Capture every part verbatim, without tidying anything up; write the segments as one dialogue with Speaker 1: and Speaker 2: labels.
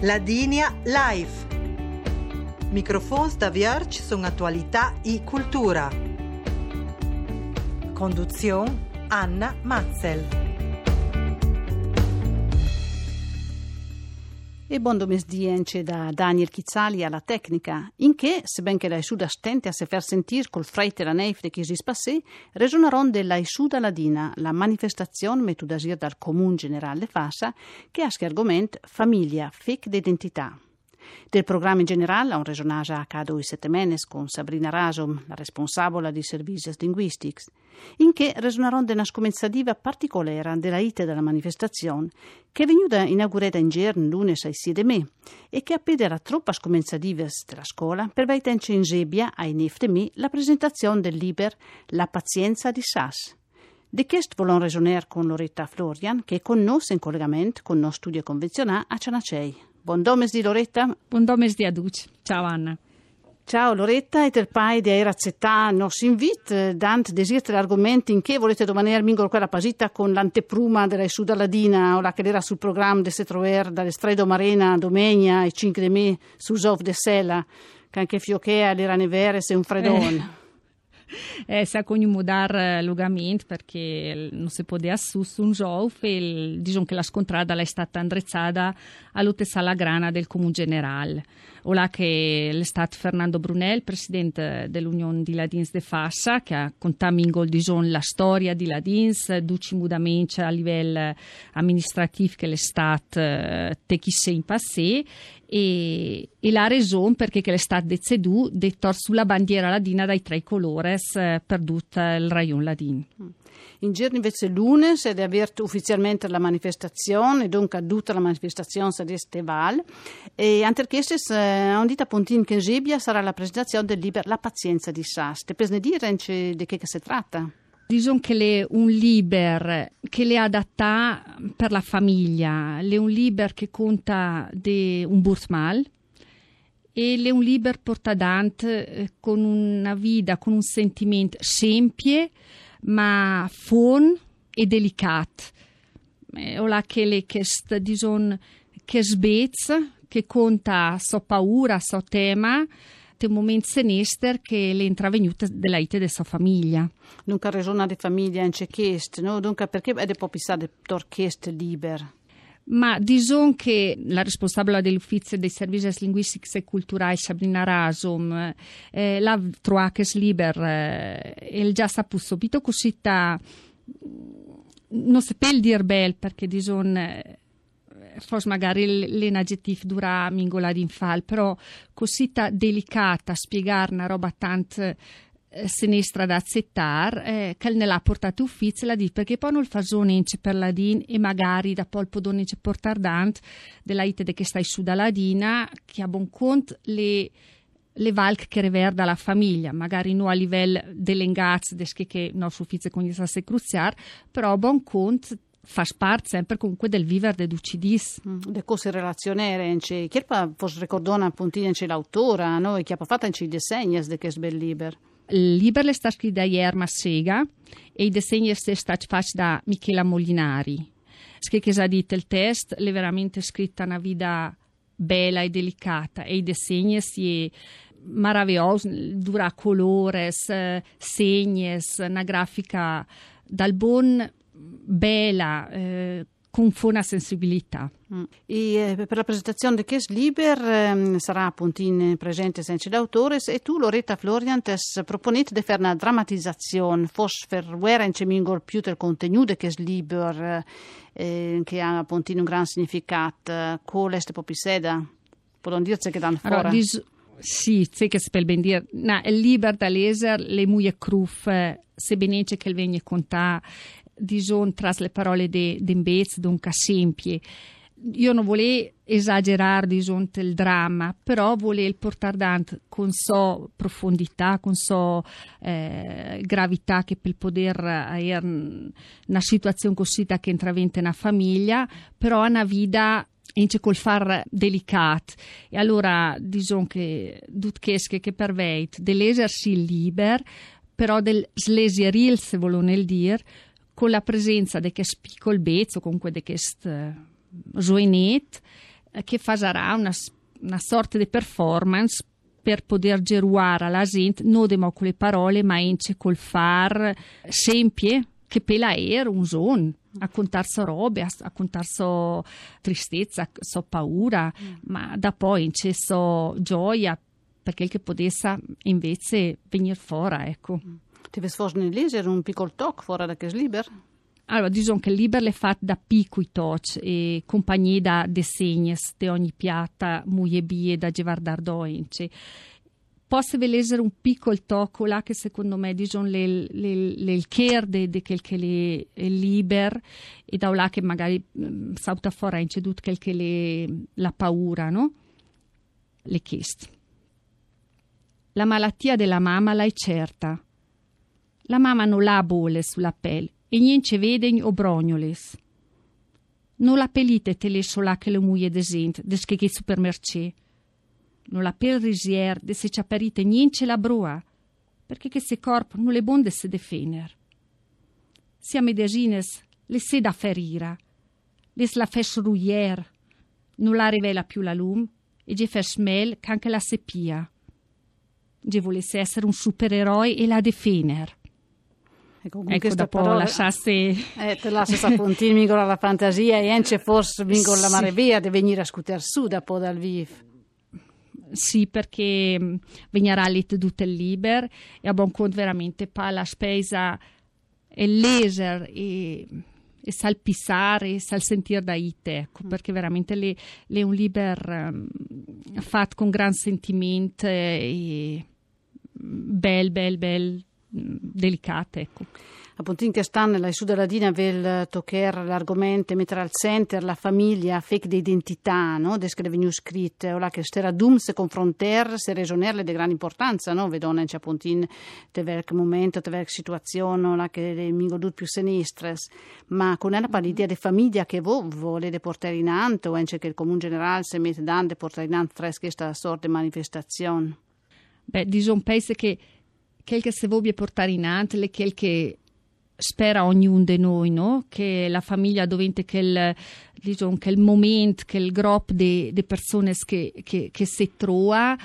Speaker 1: Ladinia Live. Microfons da Vierge sono attualità e cultura. Conduzione Anna Matzel.
Speaker 2: E buon domesdience da Daniel Chizzali alla tecnica, in che, sebbene la Isuda stente a se far sentire col freite la neif che si spassè, resonaron della Isuda Ladina, la manifestazione metudasir dal Comune Generale Fassa, che ha argomento famiglia, fec d'identità. Del programma in generale ha un resonage a cado i settemenes con Sabrina Rasom, la responsabile di Services Linguistics, in che resonaron de una scomenzativa particolare della ite della manifestazione, che è venuta inaugurata in giorno lunes ai sei de me, e che appena troppa scomenzative della scuola per vaitenci in Gebia ai nef de me la presentazione del liber La pazienza di Sas. De questo volon resoner con Loretta Florian, che è con noi in collegamento con il studio convenzionale a Cianacei. Buon domes di Loretta.
Speaker 3: Buon domes di Aduc. Ciao Anna.
Speaker 2: Ciao Loretta e del pai di aver accettato il nostro invito, dante desirte l'argomento in che volete domanare mingolo quella pasita con l'antepruma della Suda Ladina o la che era sul programma de se trover dalle Stredo Marena domenica e cinque de me su Zov de Sela, che anche fiochea l'era nevere se un fredone.
Speaker 3: Eh. Eh, sa cognumo dar logament perché non si poteva su un gioco e diciamo che la scontrada è stata indirizzata all'Ute Sala Grana del Comune Generale. Ora che è stato Fernando Brunel, presidente dell'Unione di Ladins de Fassa, che ha contato diciamo, la storia di Ladins, duci mudamenti a livello amministrativo che è stato eh, techissé in passé e, e la ragione perché che è stato deceduto detto sulla bandiera ladina dai tre colores eh, per tutto il rayon ladin.
Speaker 2: In giorno invece lunes ed è aperta ufficialmente la manifestazione e dunque tutta la manifestazione sarà estival e anche questo eh, un dito appunto in che Gebia sarà la presentazione del libro La pazienza di Sas. Te per ne dire di che, che si tratta?
Speaker 3: Diciamo che è un libro che le adatta per la famiglia, è un libro che conta di un bursmal e è un libro portadante con una vita, con un sentimento semplice ma fon e delicato. Ora che le che diciamo che sbezza, che conta so paura, so tema, è un momento senester che le è intravenuta della vita della sua famiglia.
Speaker 2: Dunque ragiona di famiglia in c'è chiesto, no? Dunque perché è può pensare d'orchestra libera?
Speaker 3: Ma diciamo che la responsabile dell'Ufficio dei Services Linguistics e Culturali, Sabrina Rasom, eh, l'ha trovato liber eh, e già saputo subito così ta, non si può dire bel perché diciamo eh, forse magari l'aggettivo dura mingola d'infal, però così ta delicata spiegare una roba tanto sinistra da accettare, eh, che ne l'ha portato ufficio la di perché poi non fa zone per ladin e magari da poi il podone c'è portare dant della ite che stai su da ladina che a buon conto le le valc che reverda la famiglia magari non a livello dell'engaz desche che non ufficio con gli sassi cruziar però a buon conto fa parte sempre comunque del vivere de ducidis.
Speaker 2: Mm, de cose relazionere, chi pa forse ricordona appunto c'è l'autora, no? E chi ha fatto anche i disegni di che bel libro.
Speaker 3: Il libro è stato scritto da Jerma Sega e i disegni sono stati fatti da Michela Molinari. Che che ha detto il testo è veramente scritta una vita bella e delicata e i disegni si meravigliosi, dura colores, segni, una grafica dal buon bella, eh, con una sensibilità.
Speaker 2: Mm. E, eh, per la presentazione di questo libro eh, sarà appunto in presente senza d'autore e tu Loretta Florian proponete di fare una drammatizzazione forse per guerra in c'è più del contenuto di questo libro eh, che ha appunto un gran significato quale è proprio seda può non dirsi che danno
Speaker 3: allora,
Speaker 2: fuori
Speaker 3: dis- sì, sai che si può ben dire no, il libro da leser le muie cruf se benece che il venga conta diciamo tras le parole di de Mbez dunque semplice. Io non volevo esagerare diciamo il dramma, però volevo portare dante con so profondità, con so eh, gravità che per poter avere una situazione così che intravente una famiglia, però una vita in c'è col far delicat. E allora diciamo che dutchesche che perveit dell'esersi liber, però del sleseril se voglio nel dir, con la presenza di questo piccolo bezzo, comunque di questo joinet, che farà una, una sorta di performance per poter geruare alla gente, non demo con le parole, ma ince col far sempie, che per la era un son, a contarsi robe, a, a contarsi tristezza, so paura, mm. ma da poi ince so gioia, perché che potesse invece venire fuori, ecco.
Speaker 2: Ti ves forse nel leggere un piccolo talk fuori da che sliber?
Speaker 3: Allora, diciamo che il libro è fatto da piccoli touch e compagnie da disegni di ogni piatta, muiebie da Gevardar Doince. Posso leggere un piccolo tocco là che secondo me diciamo le, le, le il chierde di quel che le è liber e da là che magari um, sauta fuori in cedut quel che le la paura, no? Le chieste. La malattia della mamma l'hai certa. La mamma non l'ha bolle sulla pelle e niente vede o brognoles. Non la pelite te le solà che le muie desint, des che che supermercé. Non la pel risier, de se ciaperite niente la brua, perché che se corpo non le bonde se defener. Sia medesines le se da ferira, les la fes ruier, non la rivela più la lum e ge fes mel c'anche la sepia. Ge volesse essere un supereroe e la defener.
Speaker 2: Ecco,
Speaker 3: ecco dopo
Speaker 2: parola,
Speaker 3: lasciasse
Speaker 2: eh, te lasciasse appuntini mingola la fantasia e ence forse mingola la mare via di venire a scuter su dopo dal viv.
Speaker 3: Sì, perché venirà lì tutto il liber e a buon conto veramente pa la spesa e laser e, e sal pisare e sal sentire da ite, ecco, mm. perché veramente le, le un liber um, fatto con gran sentimento e bel, bel, bel delicate, ecco.
Speaker 2: Appunto in che stanno la Suda Ladina vel toccher l'argomento mettere al center la famiglia fake di identità, no? Descrive venu scritte o la che stera dum se confronter se raisonnerle di gran importanza, no? Vedona in appuntin te verk momento te verk situazione la che le mingodut più sinistres, ma con la l'idea di famiglia che vo volete portare in anto o anche che il comune generale se mette dante portare in anto fresca questa sorta di manifestazione.
Speaker 3: Beh, diciamo penso che quel che se vuole portare in anto è quel che spera ognuno di noi, no? Che la famiglia dovente che il, diciamo, che il momento, che il gruppo di persone che, che, che si trova,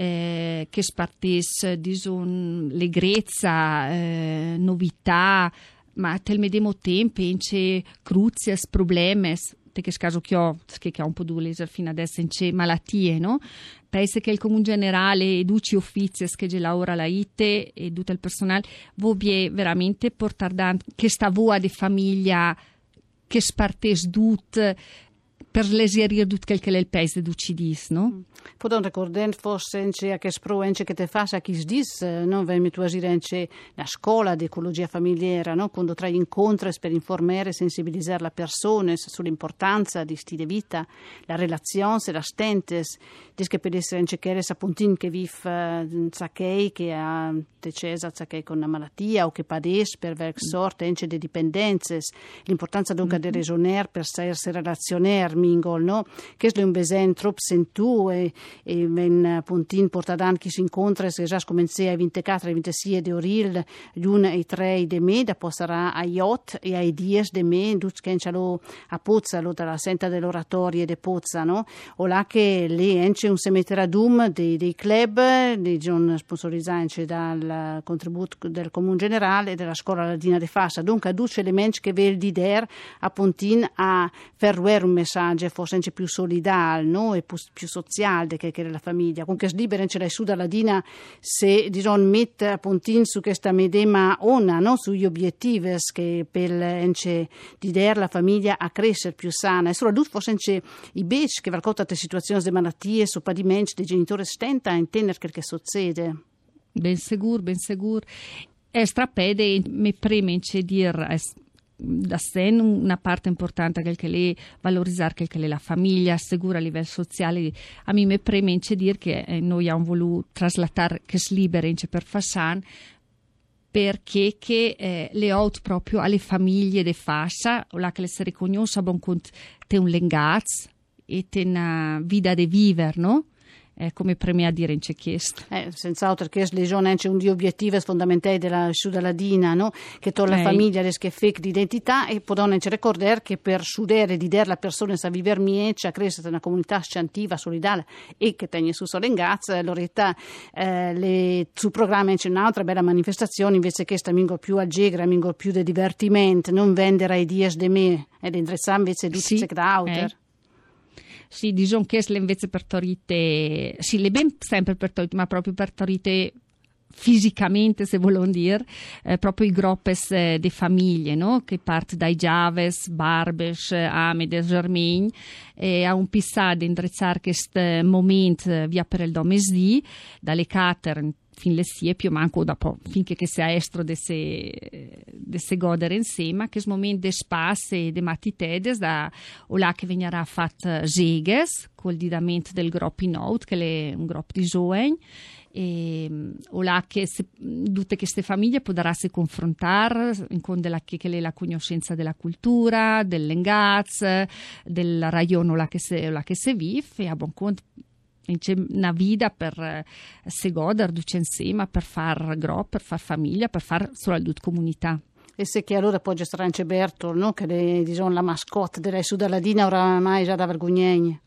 Speaker 3: eh, che spartisse, diciamo, leggerezza, eh, novità, ma al medesimo tempo c'è cruzies, problemi, che scaso che ho, che ho un po' due leser fino adesso c'è malattie, no? Penso che il comune generale e duci uffizi che c'è ora la I T E e tutto il personale vuole veramente portare avanti questa voce di famiglia che spartes tut per l'eserir tut quel che è il paese d'uccidis, no?
Speaker 2: Podon ricordare forse anche a che spro anche che te fa a chi dis, no? Vemi tu asire anche la scuola di ecologia familiare, no? Quando tra gli incontri per informare e sensibilizzare le persone sull'importanza di stile vita, la relazione, la stentes, dis che per essere anche che res appuntin che vif zacchei che ha decesa zacchei con una malattia o che pades per ver sorte anche di dipendenze, l'importanza dunque mm-hmm. di raisonner per sapersi relazioner mingol, no? Che è un besen trop sentu e e ben puntin portadan chi si incontra se già scomenze ai ventiquattro e ventisei di oril l'un e tre de me da sarà a iot e ai dies de me duz che cialo a Pozza lo dalla senta dell'oratoria de Pozza, no? O là che lì ence un semeteradum dei, dei club di John sponsorizzati dal contributo del comune generale e della scuola ladina de Fassa, dunque duce elementi che vel di der a puntin a ferruer un messaggio forse anche più solidale, no? E più, più sociale che, che la famiglia. Comunque sliber ce l'hai su dalla Ladina se diciamo mette a puntin su questa medema ona, no? Sugli obiettivi che per ence di der la famiglia a crescere più sana e soprattutto forse anche i bec che valcota te situazioni di malattie su padimenti dei genitori stenta a intendere quel che succede.
Speaker 3: Ben sicuro, ben sicuro. E strapede mi preme dire da sen una parte importante che le valorizzare che le la famiglia assicura a livello sociale. A me mi preme dire che eh, noi abbiamo voluto traslatare che si libera per Fassan perché che eh, le ho proprio alle famiglie de Fassa o la che le si riconosce a buon conto te un lengaz e te una vita de viver, no? eh, come premia a dire in c'è chiesto.
Speaker 2: Eh, senz'altro che le giovani c'è un di obiettivi fondamentali della Sudaladina, no? Che torna la
Speaker 3: Ehi.
Speaker 2: famiglia le fake di identità e possono ricordare che per sudere di der la persona sa vivere miece, a crescere una comunità scientiva, solidale e che tenga su solengazza, Loretta eh, le, su programma c'è un'altra bella manifestazione invece che sta mingo più allegra, mingo più di divertimento, non vendere idee di me ed indirizzare invece tutti
Speaker 3: Sì,
Speaker 2: i autor.
Speaker 3: eh. Sì, diciamo che le invece per torite, sì, le ben sempre per torite, ma proprio per torite fisicamente, se vogliono dire, eh, proprio i groppes eh, di famiglie, no? Che parte dai Giaves, Barbes, Amedes, Germain, e a un pissade indirizzare questo momento eh, via per il domesdì, dalle cater fin le siepio, ma anche dopo, finché che sia estro de se, de se godere insieme, che momento di spazio e di matitedes, da o là che venirà fatto zeges, col didamento del gruppo in out, che è un gruppo di giovani, e o là che se, tutte queste famiglie potranno confrontare con della, che è la conoscenza della cultura, del lengaz, del rayon o là che se, o là che se vive, e a buon conto c'è una vita per eh, se godere insieme, per far gruppo, per far famiglia, per far soprattutto comunità.
Speaker 2: E se che allora poi c'è anche Bertol, no? Che è diciamo, la mascotte della Sudaladina oramai già da vergognegna.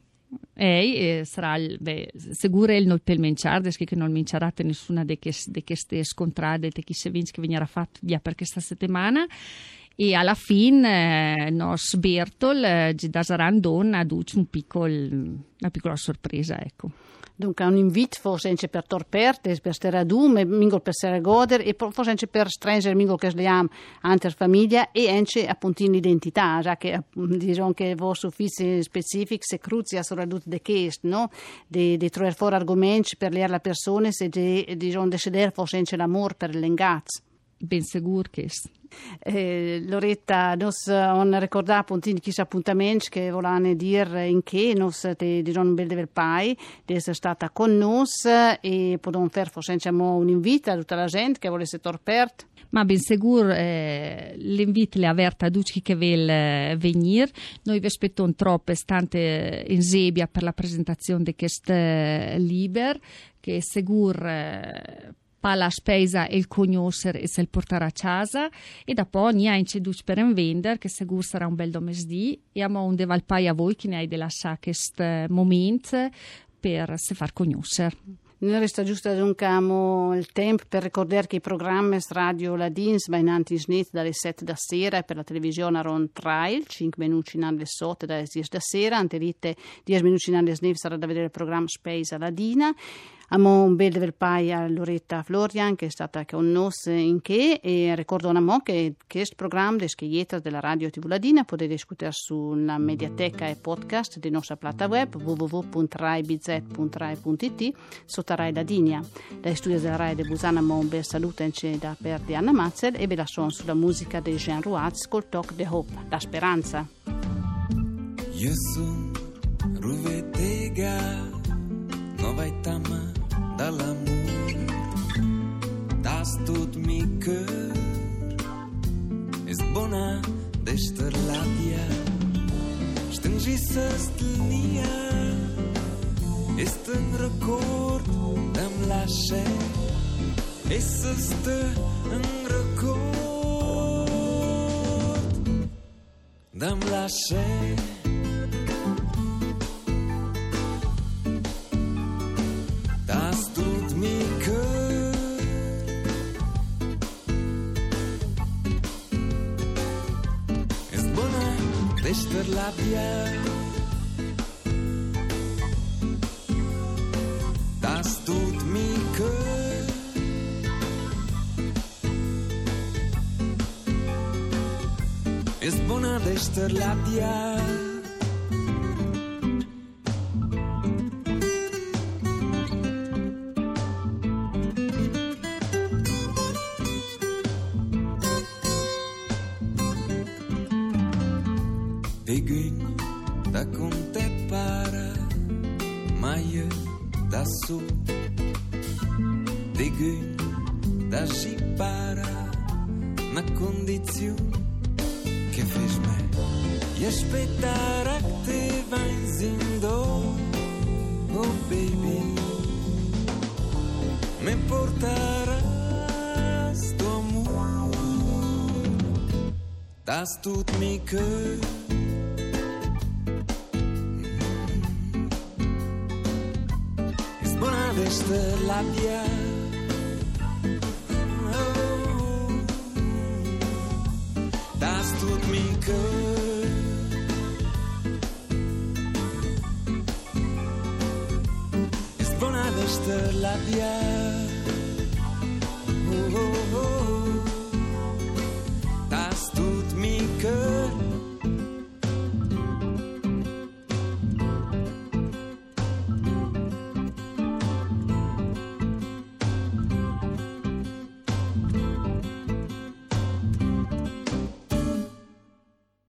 Speaker 3: E eh, sarà il, beh, sicuro il non per menciardes che non mincerate nessuna di queste scontrade di chi se vince che venirà fatto via per questa settimana. E alla fine eh, nos Bertol eh, da Sarandon adduce un piccolo, una piccola sorpresa, ecco.
Speaker 2: Dunque un invito forse anche per torperte, per stare ad un, mingo per stare a godere e forse anche per stringere mingo che sliam anche famiglia e anche appunto in identità, già che diciamo che vostro ufficio specifico se cruzia soprattutto de questo, no? De, de trovare fuori argomenti per le alle persone se de, diciamo decidere forse anche l'amore per l'engaz.
Speaker 3: Ben sicuro che
Speaker 2: Eh, Loretta, nos on ricordato appunto chi appuntamenti che volane dire in che nos te di John Bel del Pai di essere stata con nos e podon fare forse un invito a tutta la gente che volesse torpert.
Speaker 3: Ma ben sicuro eh, l'invito è aperto a tutti che vuole venire. Noi vi aspettiamo troppo stante in Zebia per la presentazione di questo liber che sicuro eh, pa la spesa e il conoscere e se il portare a casa e dopo ne ha inceduto per un vendere che sicuro sarà un bel domesdì e amo un devalpai a voi che ne hai della sa questo momento per se far conoscere.
Speaker 2: Noi resta giusto dunque il tempo per ricordare che i programmi Radio Ladins bainanti in snit dalle sette da sera e per la televisione a Ron Trail, cinque minuti in alle sotto dalle dieci da sera, anterite dieci minuti in alle snit sarà da vedere il programma Space Ladina. Amo un bel del pai a Loretta Florian che è stata con noi in che e ricordo una mo che questo programma le schietas della Radio tivù Ladina potete ascoltare sulla mediateca e podcast di nostra plata web w w w punto rai b z punto rai punto i t sotto Rai Ladinia. Dai studi della Rai de Busana mo un bel saluto da per di Anna Mazzel e ve la suono sulla musica di Jean Ruaz col talk de Hope, la speranza.
Speaker 4: Io sono Ruvetega, nova itama dall'amore, das tut mi cœur, es bona d'ester labia, stângisses lia, este un record d'am lasce, es este un record d'am lasce. Das tut mi cœur, es bona d'ester labia, das tut mi cœur, es bona d'ester labia. Vegün da conte para maie da su Vegün da si para na condizione che fes me e aspettare che te vai zindo oh baby, me portarás tu amor, das tut mi cœur. Questa labbia, oh, das tut mi cœur. Ist buona questa labbia.